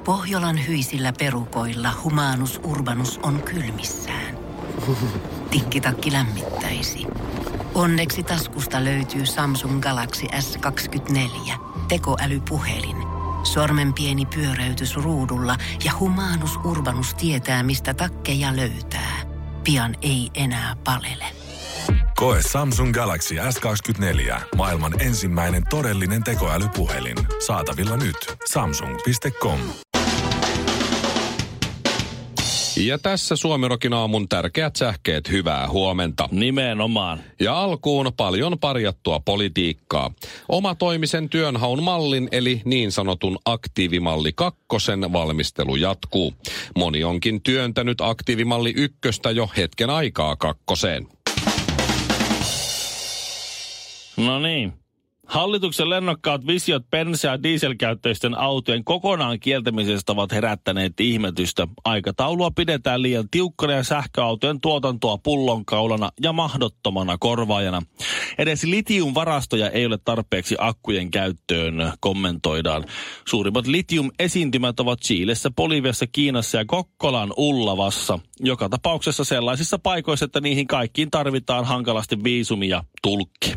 Pohjolan hyisillä perukoilla Humanus Urbanus on kylmissään. Tikkitakki lämmittäisi. Onneksi taskusta löytyy Samsung Galaxy S24. Tekoälypuhelin. Sormen pieni pyöräytys ruudulla ja Humanus Urbanus tietää, mistä takkeja löytää. Pian ei enää palele. Koe Samsung Galaxy S24. Maailman ensimmäinen todellinen tekoälypuhelin. Saatavilla nyt. Samsung.com. Ja tässä Suomi-rokin aamun tärkeät sähkeet, hyvää huomenta. Nimenomaan. Ja alkuun paljon parjattua politiikkaa. Omatoimisen työnhaun mallin eli niin sanotun aktiivimalli 2 valmistelu jatkuu. Moni onkin työntänyt aktiivimalli 1 jo hetken aikaa 2. No niin. Hallituksen lennokkaat visiot bensa- ja dieselkäyttöisten autojen kokonaan kieltämisestä ovat herättäneet ihmetystä. Aikataulua pidetään liian tiukkana ja sähköautojen tuotantoa pullonkaulana ja mahdottomana korvaajana. Edes litiumvarastoja ei ole tarpeeksi akkujen käyttöön, kommentoidaan. Suurimmat litium-esiintymät ovat Chilessä, Boliviassa, Kiinassa ja Kokkolan Ullavassa. Joka tapauksessa sellaisissa paikoissa, että niihin kaikkiin tarvitaan hankalasti viisumi ja tulkki.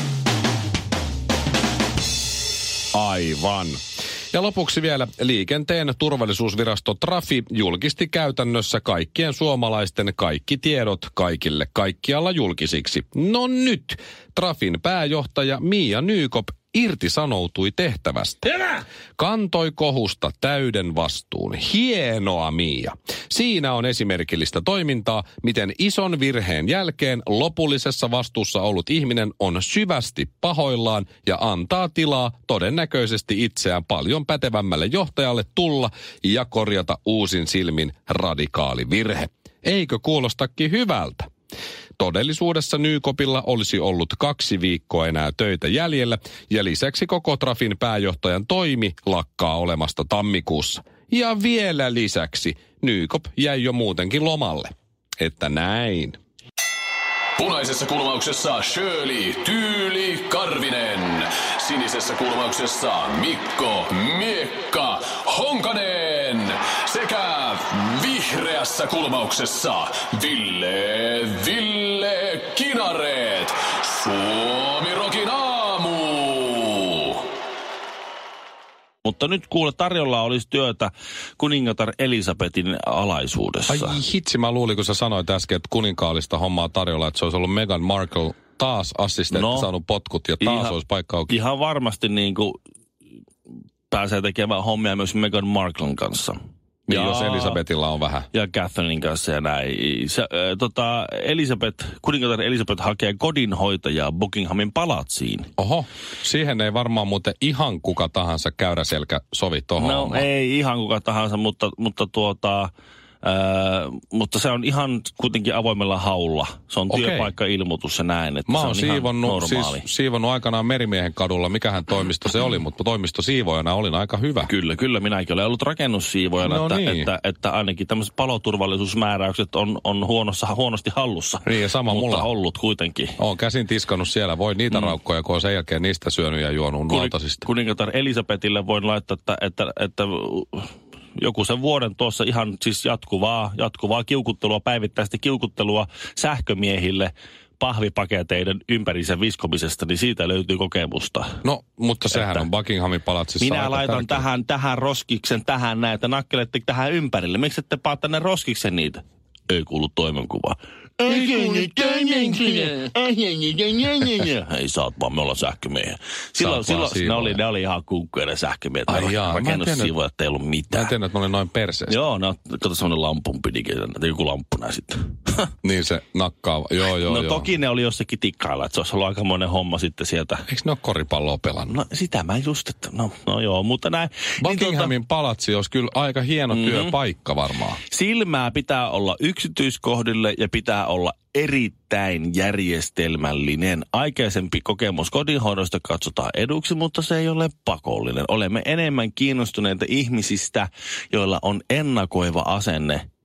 Aivan. Ja lopuksi vielä liikenteen turvallisuusvirasto Trafi julkisti käytännössä kaikkien suomalaisten kaikki tiedot kaikille kaikkialla julkisiksi. No nyt Trafin pääjohtaja Mia Nykop irtisanoutui tehtävästä. Hyvä! Kantoi kohusta täyden vastuun. Hienoa, Mia. Siinä on esimerkillistä toimintaa, miten ison virheen jälkeen lopullisessa vastuussa ollut ihminen on syvästi pahoillaan ja antaa tilaa todennäköisesti itseään paljon pätevämmälle johtajalle tulla ja korjata uusin silmin radikaali virhe. Eikö kuulostakin hyvältä? Todellisuudessa Nykopilla olisi ollut 2 viikkoa enää töitä jäljellä ja lisäksi koko Trafin pääjohtajan toimi lakkaa olemasta tammikuussa. Ja vielä lisäksi Nykop jäi jo muutenkin lomalle. Että näin. Punaisessa kulmauksessa Shirley Tyyli Karvinen. Sinisessä kulmauksessa Mikko Miekka Honkanen. Sekä vihreässä kulmauksessa Ville Kinareet. Suomi-rokin aamu. Mutta nyt kuule, tarjolla olisi työtä kuningatar Elisabetin alaisuudessa. Ai hitsi, mä luulin, kun sä sanoit äsken, että kuninkaallista hommaa tarjolla, että se olisi ollut Meghan Markle taas assistentti saanut potkut ja taas olisi paikka auki. Ihan varmasti niin kuin pääsee tekemään hommia myös Meghan Marklen kanssa. Niin, jos Elisabetilla on vähän. Ja Catherinein kanssa ja näin. Kuningatar Elisabeth hakee kodinhoitajaa Buckinghamin palatsiin. Oho, siihen ei varmaan muuten ihan kuka tahansa käyräselkä sovi tohon. No ei ihan kuka tahansa, mutta se on ihan kuitenkin avoimella haulla. Se on työpaikkailmoitus ja näin, että mä se oon siivonnut aikanaan Merimiehen kadulla, mikähän toimisto se oli, mutta toimistosiivojana olin aika hyvä. Kyllä, minäkin olen ollut rakennussiivojana, että ainakin tämmöiset paloturvallisuusmääräykset on huonosti hallussa. Niin ja sama mutta mulla. ollut kuitenkin. Oon käsin tiskannut siellä, voi niitä raukkoja, kun on sen jälkeen niistä syönyt ja juonut lautasista. Kuningatar Elisabetille voin laittaa, että joku sen vuoden tuossa ihan siis jatkuvaa kiukuttelua, päivittäistä kiukuttelua sähkömiehille pahvipaketeiden ympärinsä viskomisesta, niin siitä löytyy kokemusta. No, mutta sehän on Buckinghamin palatsissa minä aika laitan tärkeä. tähän roskiksen, tähän näitä, nakkelette tähän ympärille. Miksi ette paa tänne roskiksen niitä? Ei kuulu toimenkuvaa. Ei saat vaan, me ollaan sähkömiehiä. Silloin ne oli ihan kunkkuja ne sähkömiehet. Rakennussiivoja, ei ollut mitään. Mä en tiedä, että ne oli noin perseestä. Joo, kato semmoinen lampunpidike, joku lamppu näin sitten. Niin se nakkaa, joo. No toki ne oli jossakin tikkailla, että se olisi ollut aikamoinen homma sitten sieltä. Eikö ne ole koripalloa pelannut? No sitä mä just, että no joo, mutta näin. Buckinghamin palatsi olisi kyllä aika hieno työpaikka varmaan. Silmää pitää olla yksityiskohdille ja pitää olla erittäin järjestelmällinen. Aikaisempi kokemus kodinhoidosta katsotaan eduksi, mutta se ei ole pakollinen. Olemme enemmän kiinnostuneita ihmisistä, joilla on ennakoiva asenne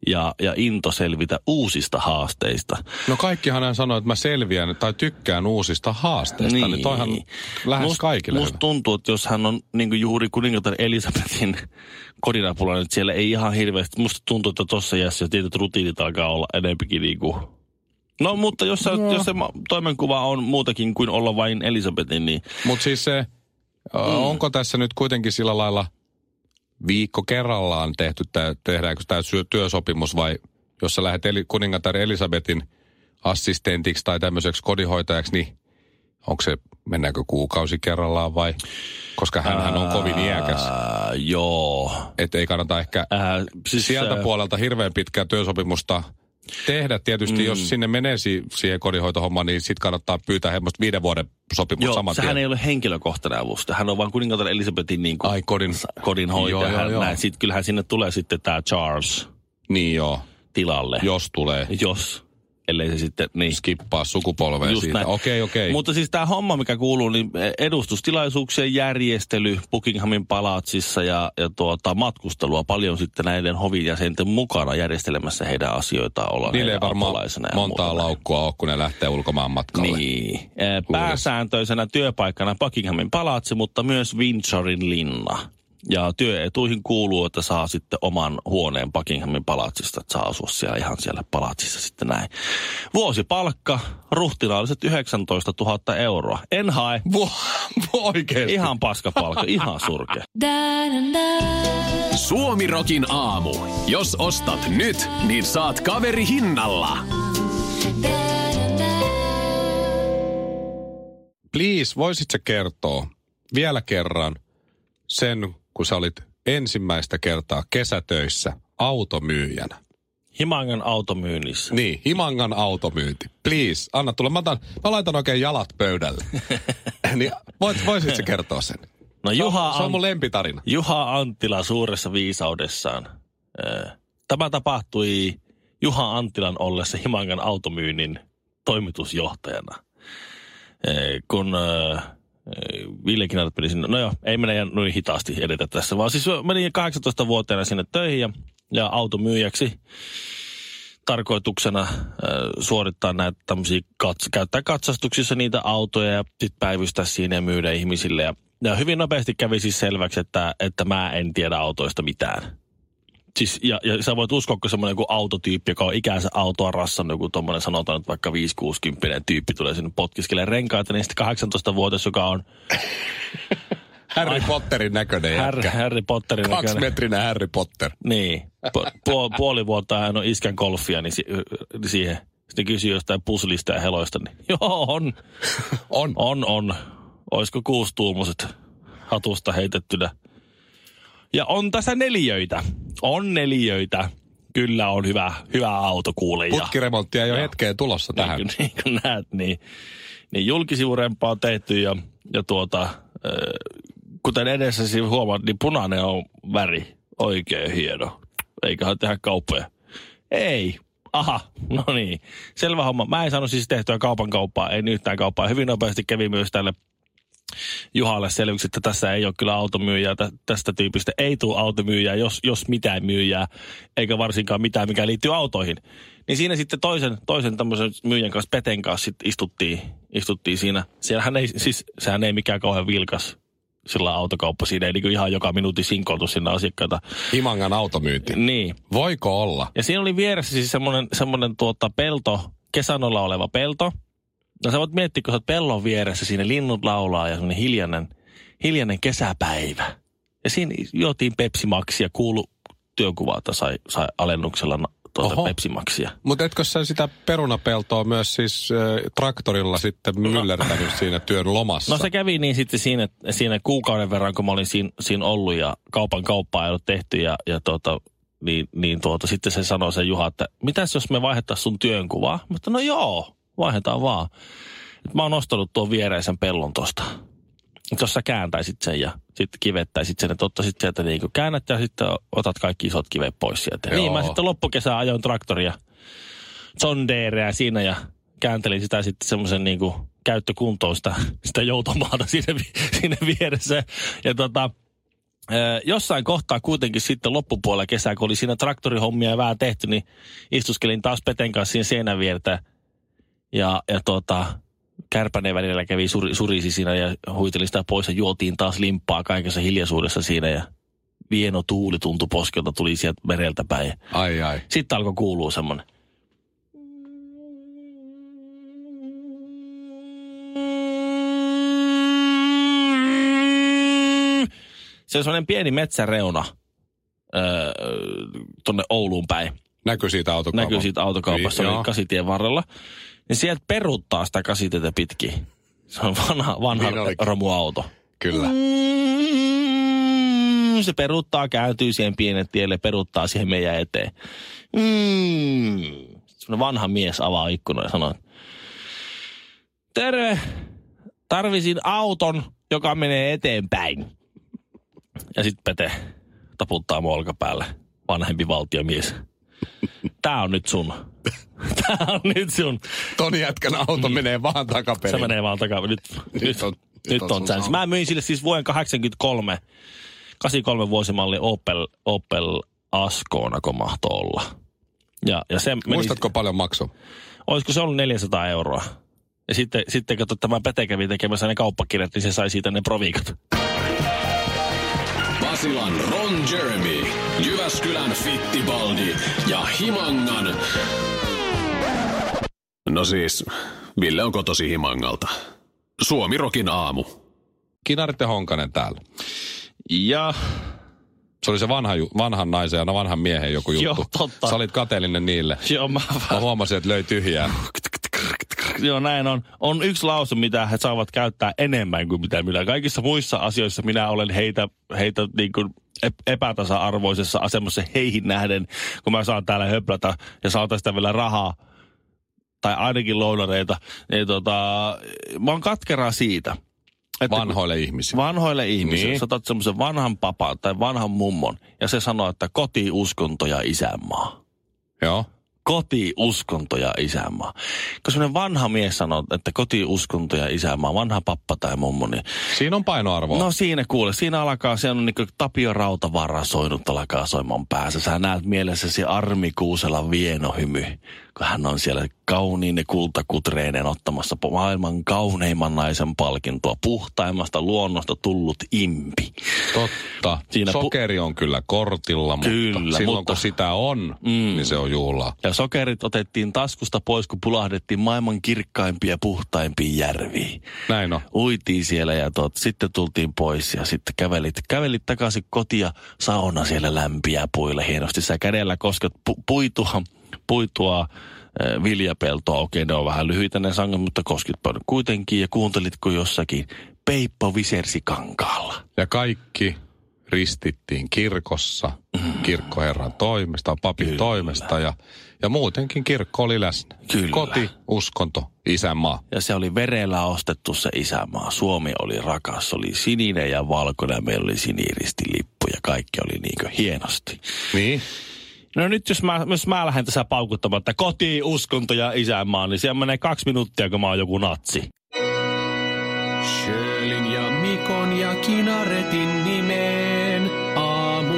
ja into selvitä uusista haasteista. No kaikkihan hän sanoo, että mä selviän tai tykkään uusista haasteista, niin toihan lähes kaikille. Musta tuntuu, että jos hän on niin kuin juuri kuningatar Elisabetin kodinapulainen, että siellä ei ihan hirveästi, musta tuntuu, että tossa iässä tietyt rutiinit alkaa olla enempikin niin kuin... No, mutta jos se toimenkuva on muutakin kuin olla vain Elisabetin, niin... Mutta siis se, onko tässä nyt kuitenkin sillä lailla viikko kerrallaan tehdäänkö tämä työsopimus vai jos sä lähdet kuningatar Elisabetin assistentiksi tai tämmöiseksi kodinhoitajaksi, niin onko se, mennäänkö kuukausi kerrallaan vai? Koska hänhän on kovin iäkäs. Joo. Että ei kannata ehkä siis sieltä puolelta hirveän pitkää työsopimusta tehdä. Tietysti jos sinne menee siihen kodinhoitohommaan, niin sitten kannattaa pyytää hemmoista 5 vuoden sopimus saman tien. Sehän ei ole henkilökohtainen avustaja. Hän on vaan kuningatar Elisabetin niin kuin kodinhoitaja. Joo. Sitten kyllähän sinne tulee sitten tämä Charles tilalle. Jos tulee. Ellei se sitten skippaa sukupolveen siitä. Okei. Mutta siis tämä homma, mikä kuuluu, niin edustustilaisuuksien järjestely Buckinghamin palatsissa ja matkustelua paljon sitten näiden hovijäsenten mukana järjestelemässä heidän asioitaan olla. Niille ei varmaan montaa laukkua ole, kun ne lähtee ulkomaan matkalle. Niin. Pääsääntöisenä työpaikkana Buckinghamin palatsi, mutta myös Windsorin linna. Ja työetuihin kuuluu, että saa sitten oman huoneen Buckinghamin palatsista, että saa asua siellä ihan siellä palatsissa sitten näin. Vuosipalkka, ruhtinaalliset 19 000 euroa. En hae. Oikeesti? Ihan paskapalkka, ihan surkea. Suomi-rokin aamu. Jos ostat nyt, niin saat kaveri hinnalla. Please, voisit sä kertoa vielä kerran sen, kun sä olit ensimmäistä kertaa kesätöissä automyyjänä? Himangan automyynnissä. Niin, Himangan automyynti. Please, anna tulla. Mä laitan oikein jalat pöydälle. Niin, voisit sä kertoa sen? No, se on mun lempitarina. Juha Anttila suuressa viisaudessaan. Tämä tapahtui Juha Anttilan ollessa Himangan automyynnin toimitusjohtajana. Kun... Ville Kinaret meni sinne. No joo, ei mene noin hitaasti edetä tässä, vaan siis meni 18-vuotiaana sinne töihin ja automyyjäksi tarkoituksena suorittaa näitä tämmöisiä, käyttää katsastuksissa niitä autoja ja sitten päivystää siinä ja myydä ihmisille. Ja hyvin nopeasti kävi siis selväksi, että mä en tiedä autoista mitään. Siis, ja sä voit uskoa, kun semmoinen joku autotyyppi, joka on ikänsä autoa rassannut, joku tommoinen sanotaan nyt vaikka 5-60 tyyppi tulee sinne potkiskelemaan renkaita, niin sitten 18-vuotias, joka on... Harry Potterin näköinen jätkä. Harry Potterin näköinen. 2-metrinen Harry Potter. Niin. Puoli vuotta hän on iskän golfia, niin siihen. Sitten kysyy jostain puslista ja heloista, niin joo, on. Olisiko 6-tuumoiset hatusta heitettynä? Ja on tässä neliöitä. Kyllä on hyvä auto kuule. Putkiremonttia ei ole hetkeen tulossa tähän. Niin kuin näet, niin julkisivurempaa on tehty ja kuten edessä huomaat, niin punainen on väri. Oikein hieno. Eiköhän tehdä kauppoja. Ei. Aha, no niin. Selvä homma. Mä en saanut siis tehtyä kauppaa, ei yhtään kauppaa. Hyvin nopeasti kävi myös tälle Juhalle selväksi, että tässä ei ole kyllä automyyjää, tästä tyypistä ei tule automyyjää, jos mitään myyjää, eikä varsinkaan mitään, mikä liittyy autoihin. Niin siinä sitten toisen tämmöisen myyjän kanssa, Peten kanssa, sitten istuttiin siinä. Sehän ei mikään kauhean vilkas sillä autokauppa. Siinä ei niin ihan joka minuutti sinkoutu sinne asiakkaita. Himangan automyynti. Niin. Voiko olla? Ja siinä oli vieressä siis semmoinen pelto, kesänolla oleva pelto. No sä voit miettiä, kun sä oot pellon vieressä, siinä linnut laulaa ja semmoinen hiljainen kesäpäivä. Ja siinä juotiin Pepsi Maxia, kuulu työkuvaa, että sai alennuksella Pepsi Maxia. Mutta etkö sä sitä perunapeltoa myös siis traktorilla sitten myllertänyt siinä työn lomassa? No se kävi niin sitten siinä kuukauden verran, kun mä olin siinä ollut ja kauppaa ei ollut tehty sitten se sanoi se Juha, että mitäs jos me vaihdettaisiin sun työnkuvaa? Mutta no joo. Vaihdetaan vaan. Mä oon ostanut tuon viereisen pellon tosta. Jos sä kääntäisit sen ja sitten kivettäisit sen, että ottaisit sieltä niin kuin käännät ja sitten otat kaikki isot kivet pois sieltä. Joo. Niin mä sitten loppukesään ajoin traktoria John Deereä siinä ja kääntelin sitä sitten semmoisen niin kuin käyttökuntoon sitä joutomaata siinä vieressä. Ja Jossain kohtaa kuitenkin sitten loppupuolella kesää, kun oli siinä traktorihommia ja vähän tehty, niin istuskelin taas Peten kanssa siinä seinän viertä. Ja Kärpäneen välillä kävi surisi siinä ja huiteli sitä pois ja juotiin taas limppaa kaikessa hiljaisuudessa siinä ja vieno tuuli tuntui poskelta, tuli sieltä mereltä päin. Ai. Sitten alkoi kuulua semmoinen. Se on semmoinen pieni metsäreuna tonne Ouluun päin. Näkyy siitä autokaupassa. Se oli Kasitien varrella. Ja sieltä peruuttaa sitä Kasitietä pitkin. Se on vanha romuauto. Kyllä. Se peruuttaa, kääntyy siihen pienen tielle, peruuttaa siihen meidän eteen. Semmoinen vanha mies avaa ikkunan ja sanoo, terve, tarvisin auton, joka menee eteenpäin. Ja sitten Pete taputtaa mun olkapäälle, vanhempi valtiomies. Tää on nyt sun. Ton jätkän auto menee vaan takaperin. Se menee vaan takaperin. Nyt on chance. Mä myin sille siis vuoden 83 vuosimalli Opel Ascona, kun mahtoi olla. Ja se muistatko paljon maksoi? Olisiko se ollut 400 €? Ja sitten kun tämä Pete kävi tekemässä ne kauppakirjat, niin se sai siitä ne proviikat. Basilan Ron Jeremy, Jyväskylän Fittibaldi ja Himangan. No siis, Ville on kotosi Himangalta. Suomi Rokin aamu. Kinaret ja Honkanen täällä. Ja se oli se vanhan naisen ja vanhan miehen joku juttu. Joo, totta. Sä olit kateellinen niille. Joo, mä huomasin, että löi tyhjää. Joo, näin on. On yksi lause, mitä he saavat käyttää enemmän kuin mitä minä. Kaikissa muissa asioissa minä olen heitä niin kuin epätasa-arvoisessa asemassa heihin nähden, kun mä saan täällä höplätä ja saatan sitä vielä rahaa tai ainakin lounareita. Niin mä oon katkeraa siitä. Että vanhoille ihmisille. Niin. Sä otat semmoisen vanhan papan tai vanhan mummon ja se sanoo, että koti, uskonto ja isänmaa. Joo. Koti, uskonto ja isänmaa. Kun semmoinen vanha mies sanoo, että koti, uskonto ja isänmaa, vanha pappa tai mummo, niin siinä on painoarvoa. No siinä kuule, siinä on niin kuin Tapio Rautavaara soinut alkaa soimaan päässä. Sä näet mielessäsi Armi Kuuselan vienohymy, kun hän on siellä kauniin kultakutreinen ottamassa maailman kauneimman naisen palkintoa, puhtaimmasta luonnosta tullut impi. Totta. Siinä sokeri on kyllä kortilla, mutta silloin kun sitä on, niin se on juhlaa. Ja sokerit otettiin taskusta pois, kun pulahdettiin maailman kirkkaimpia, puhtaimpia järviä. Näin on. Uitiin siellä ja sitten tultiin pois ja sitten kävelit takaisin kotia, sauna siellä lämpiää puille hienosti. Sä kädellä kosket puitua viljapeltoa. Okei, ne on vähän lyhyitä ne sangat, mutta koskit kuitenkin ja kuuntelitko jossakin Peippo visersi kankaalla. Ja kaikki ristittiin kirkossa, kirkkoherran toimesta, papin toimesta ja muutenkin kirkko oli läsnä. Kyllä. Koti, uskonto, isänmaa. Ja se oli verellä ostettu se isänmaa. Suomi oli rakas, se oli sininen ja valkoinen ja meillä oli siniristilippu ja kaikki oli niinkö hienosti. Niin. No nyt jos mä lähden tässä paukuttamaan, että koti, uskonto ja isänmaa, niin siellä menee 2 minuuttia, kun mä oon joku natsi. Sjölin ja Mikon ja Kinaretin nimeen. Aamu.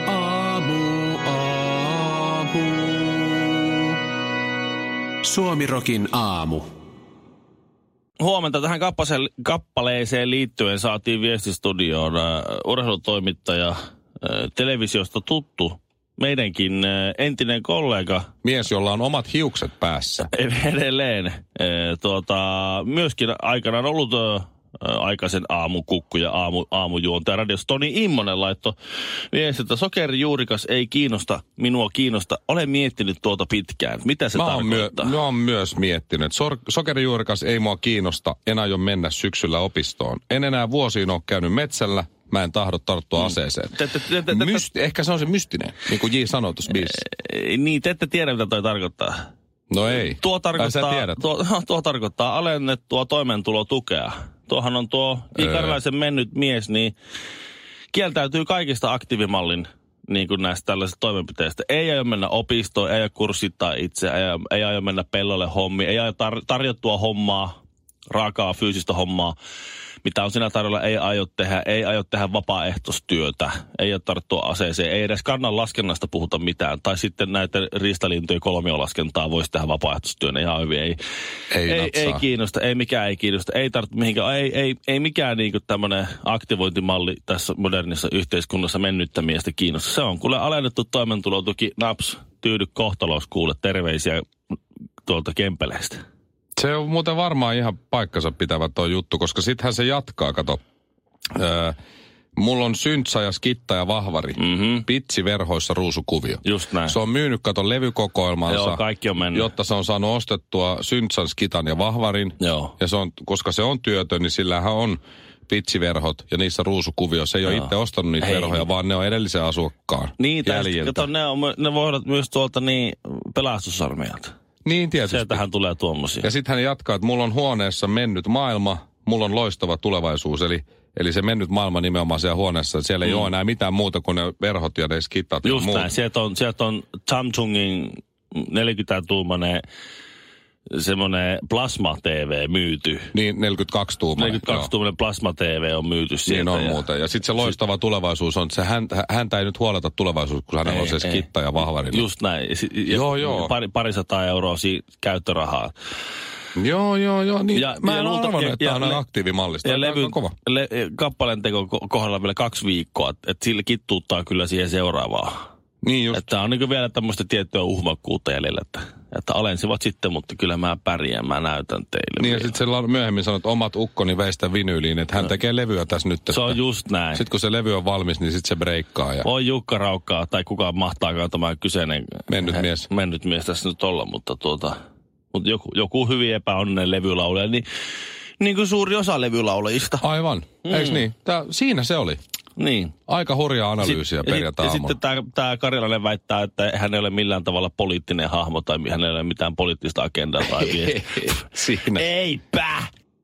Suomi Rokin aamu. Huomenta tähän kappaleeseen liittyen saatiin viestistudioon urheilutoimittaja, televisiosta tuttu, meidänkin entinen kollega. Mies, jolla on omat hiukset päässä. Edelleen. Myöskin aikanaan ollut aikaisen aamukukku ja aamujuontaja radiossa. Toni Immonen laittoi viesti, että sokerijuurikas ei minua kiinnosta. Olen miettinyt tuota pitkään. Mitä se tarkoittaa? Mä oon myös miettinyt. Sokerijuurikas ei mua kiinnosta. En aio mennä syksyllä opistoon. En enää vuosiin ole käynyt metsällä. Mä en tahdo tarttua aseeseen. Ehkä se on se mystinen, niin kuin J sanoi tuossa biisissä. Niin, te ette tiedä, mitä toi tarkoittaa. No ei. Tuo tarkoittaa alennettua toimeentulotukea. Tuohan on tuo ikäräisen mennyt mies, niin kieltäytyy kaikista aktiivimallin niin kuin näistä tällaisista toimenpiteistä. Ei aio mennä opistoon, ei aio kurssittaa itse, ei aio mennä pellolle hommiin, ei aio tarjottua hommaa, raakaa fyysistä hommaa. mitä on siinä tarjolla, ei aio tehdä vapaaehtoistyötä, ei ole tarttua aseeseen, ei edes kannan laskennasta puhuta mitään. Tai sitten näitä riistalintujen kolmiolaskentaa voisi tehdä vapaaehtoistyönä ihan hyvin. Ei kiinnosta, ei mikään ei kiinnosta, ei tarttu mihinkään, ei mikään niinku tämmöinen aktivointimalli tässä modernissa yhteiskunnassa mennyttä miestä kiinnosta. Se on kuule alennettu toimeentulotuki, naps, tyydy kohtalos, kuule, terveisiä tuolta Kempeleistä. Se on muuten varmaan ihan paikkansa pitävä tuo juttu, koska sittenhän se jatkaa, kato. Mulla on Syntsä ja Skitta ja Vahvari. Pitsi verhoissa ruusukuvio. Just näin. Se on myynyt, kato, levykokoelmansa. Joo, kaikki on mennyt. Jotta se on saanut ostettua Syntsän, Skitan ja Vahvarin. Joo. Ja se on, koska se on työtön, niin sillähän on pitsiverhot ja niissä ruusukuvio. Se ei ole itse ostanut niitä verhoja, vaan ne on edellisen asukkaan jäljiltä. Kato, ne voivat myös tuolta pelastusarmeijalta. Niin, tietysti. Sieltähän tulee tuommoisia. Ja sitten hän jatkaa, että mulla on huoneessa mennyt maailma, mulla on loistava tulevaisuus. Eli se mennyt maailma nimenomaan siellä huoneessa. Siellä ei ole enää mitään muuta kuin ne verhot ja ne skitat. Just näin. Sieltä on Samsungin 40-tuumainen semmoinen plasma-TV myyty. Niin, 42-tuumainen. 42-tuumainen plasma-TV on myyty sieltä. Niin on muuten. Ja sitten se loistava tulevaisuus on, että häntä ei nyt huoleta tulevaisuus, kun hänellä on se Skitta ja Vahvari. Just näin. Joo. Parisataa euroa käyttörahaa. Joo. Niin, mä en arvannut, että tämä on aktiivimallista. Ja kappaleen teko kohdalla vielä 2 viikkoa, että sillä kittuuttaa kyllä siihen seuraavaan. Niin just. Että on niin vielä tämmöistä tiettyä uhmakkuutta jäljellä, että alensivat sitten, mutta kyllä mä pärjään, mä näytän teille. Niin ja sitten se myöhemmin sanoo, että omat ukkoni veistä vinyyliin, että hän tekee levyä tässä nyt. Se on just näin. Sitten kun se levy on valmis, niin sitten se breikkaa. Ja... Voi Jukka Raukkaa tai kukaan mahtaakaan tämä kyseinen mennyt mies tässä nyt olla, mutta joku hyvin epäonninen levylaulaja, niin kuin suuri osa levylaulajista. Aivan, eikö niin? Siinä se oli. Niin. Aika hurjaa analyysiä perjantai-aamuna. Ja sitten tämä Karjalainen väittää, että hän ei ole millään tavalla poliittinen hahmo tai hän ei ole mitään poliittista agendaa tai Siinä. Eipä!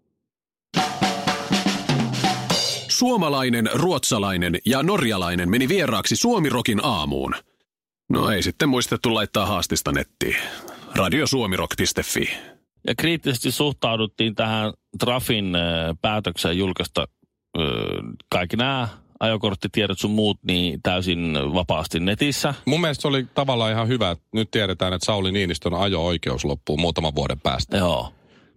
Suomalainen, ruotsalainen ja norjalainen meni vieraaksi Suomirokin aamuun. No ei sitten muistettu laittaa haastista nettiin. Radiosuomirock.fi. Ja kriittisesti suhtauduttiin tähän Trafin päätökseen julkaista kaikki nämä ajokorttitiedot sun muut niin täysin vapaasti netissä. Mun mielestä se oli tavallaan ihan hyvä, että nyt tiedetään, että Sauli Niinistön ajo-oikeus loppuu muutaman vuoden päästä. Joo.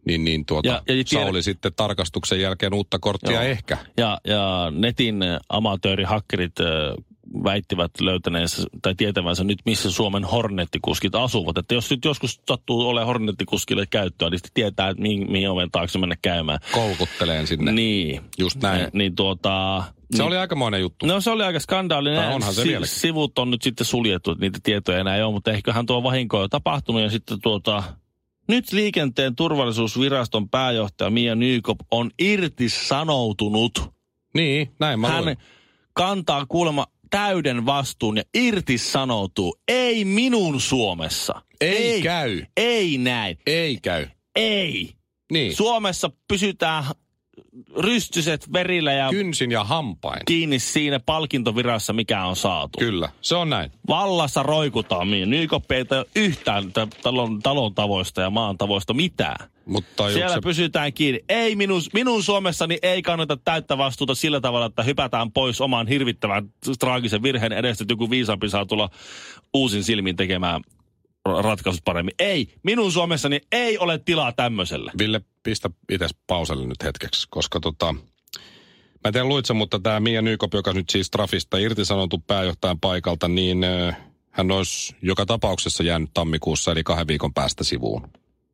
Sauli sitten tarkastuksen jälkeen uutta korttia ehkä. Ja netin amatöörihakkerit väittivät löytäneensä tai tietävänsä nyt, missä Suomen hornettikuskit asuvat. Että jos nyt joskus sattuu olemaan hornettikuskille käyttöä, niin sitten tietää, että mihin oven taakse mennä käymään. Kolkutteleen sinne. Niin. Just näin. Se oli aikamoinen juttu. No se oli aika skandaalinen. Onhan se vieläkin. Sivut on nyt sitten suljettu, että niitä tietoja enää ei ole, mutta eiköhän tuo vahinko jo tapahtunut. Ja sitten nyt liikenteen turvallisuusviraston pääjohtaja Mia Nykop on irtisanoutunut. Niin, näin mä luulen. Hän kantaa kuulemma täyden vastuun ja irtisanoutuu. Ei minun Suomessa. Ei käy. Ei näin. Ei käy. Ei. Niin. Suomessa pysytään rystyset verillä ja kynsin ja hampain kiinni siinä palkintovirassa, mikä on saatu. Kyllä, se on näin. Vallassa roikutaan. Nykop ei ole yhtään talon tavoista ja maan tavoista mitään. Mutta siellä pysytään kiinni. Ei minun Suomessani ei kannata täyttä vastuuta sillä tavalla, että hypätään pois oman hirvittävän traagisen virheen edestä, että joku viisaampi saa tulla uusin silmin tekemään ratkaisut paremmin. Ei, minun Suomessani ei ole tilaa tämmöiselle. Ville, pistä itse pauselle nyt hetkeksi, koska mä en tiedä luitse, mutta tämä Mia Nykop, joka nyt siis Trafista irtisanoutu pääjohtajan paikalta, niin hän olisi joka tapauksessa jäänyt tammikuussa, eli 2 viikon päästä sivuun.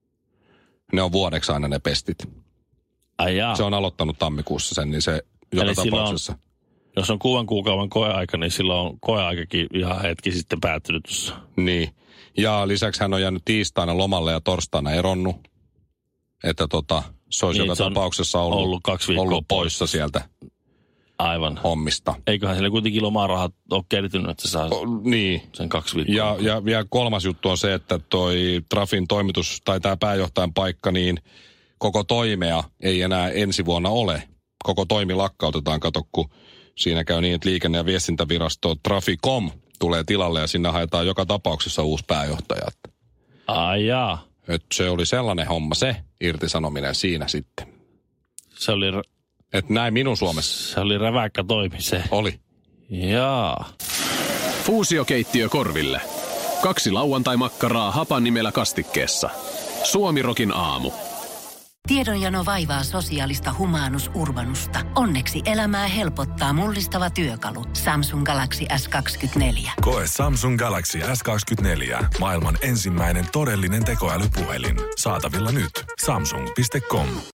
Ne on vuodeksi aina ne pestit. Ai jaa. Se on aloittanut tammikuussa sen, niin se joka tapauksessa. Jos on 6 kuukauden koeaika, niin silloin on koeaikakin ihan hetki sitten päättynyt. Niin. Ja lisäksi hän on jäänyt tiistaina lomalle ja torstaina eronnut. Että se olisi joka tapauksessa ollut 2 viikkoa ollut poissa sieltä hommista. Eiköhän sille kuitenkin lomarahat ole kertynyt, että se saa sen 2 viikkoa. Ja vielä kolmas juttu on se, että toi Trafin toimitus tai tämä pääjohtajan paikka, niin koko toimea ei enää ensi vuonna ole. Koko toimi lakkautetaan, kato, kun siinä käy niin, että liikenne- ja viestintävirasto Traficom tulee tilalle ja sinne haetaan joka tapauksessa uusi pääjohtaja. Ai jaa. Että se oli sellainen homma, se irtisanominen siinä sitten. Se oli Että näin minun Suomessa. Se oli räväkkä toimi se. Oli. Jaa. Fuusiokeittiö korville. 2 lauantai-makkaraa hapan nimellä kastikkeessa. Suomirokin aamu. Tiedonjano vaivaa sosiaalista humanus urbanusta. Onneksi elämää helpottaa mullistava työkalu. Samsung Galaxy S24. Koe Samsung Galaxy S24. Maailman ensimmäinen todellinen tekoälypuhelin. Saatavilla nyt. Samsung.com.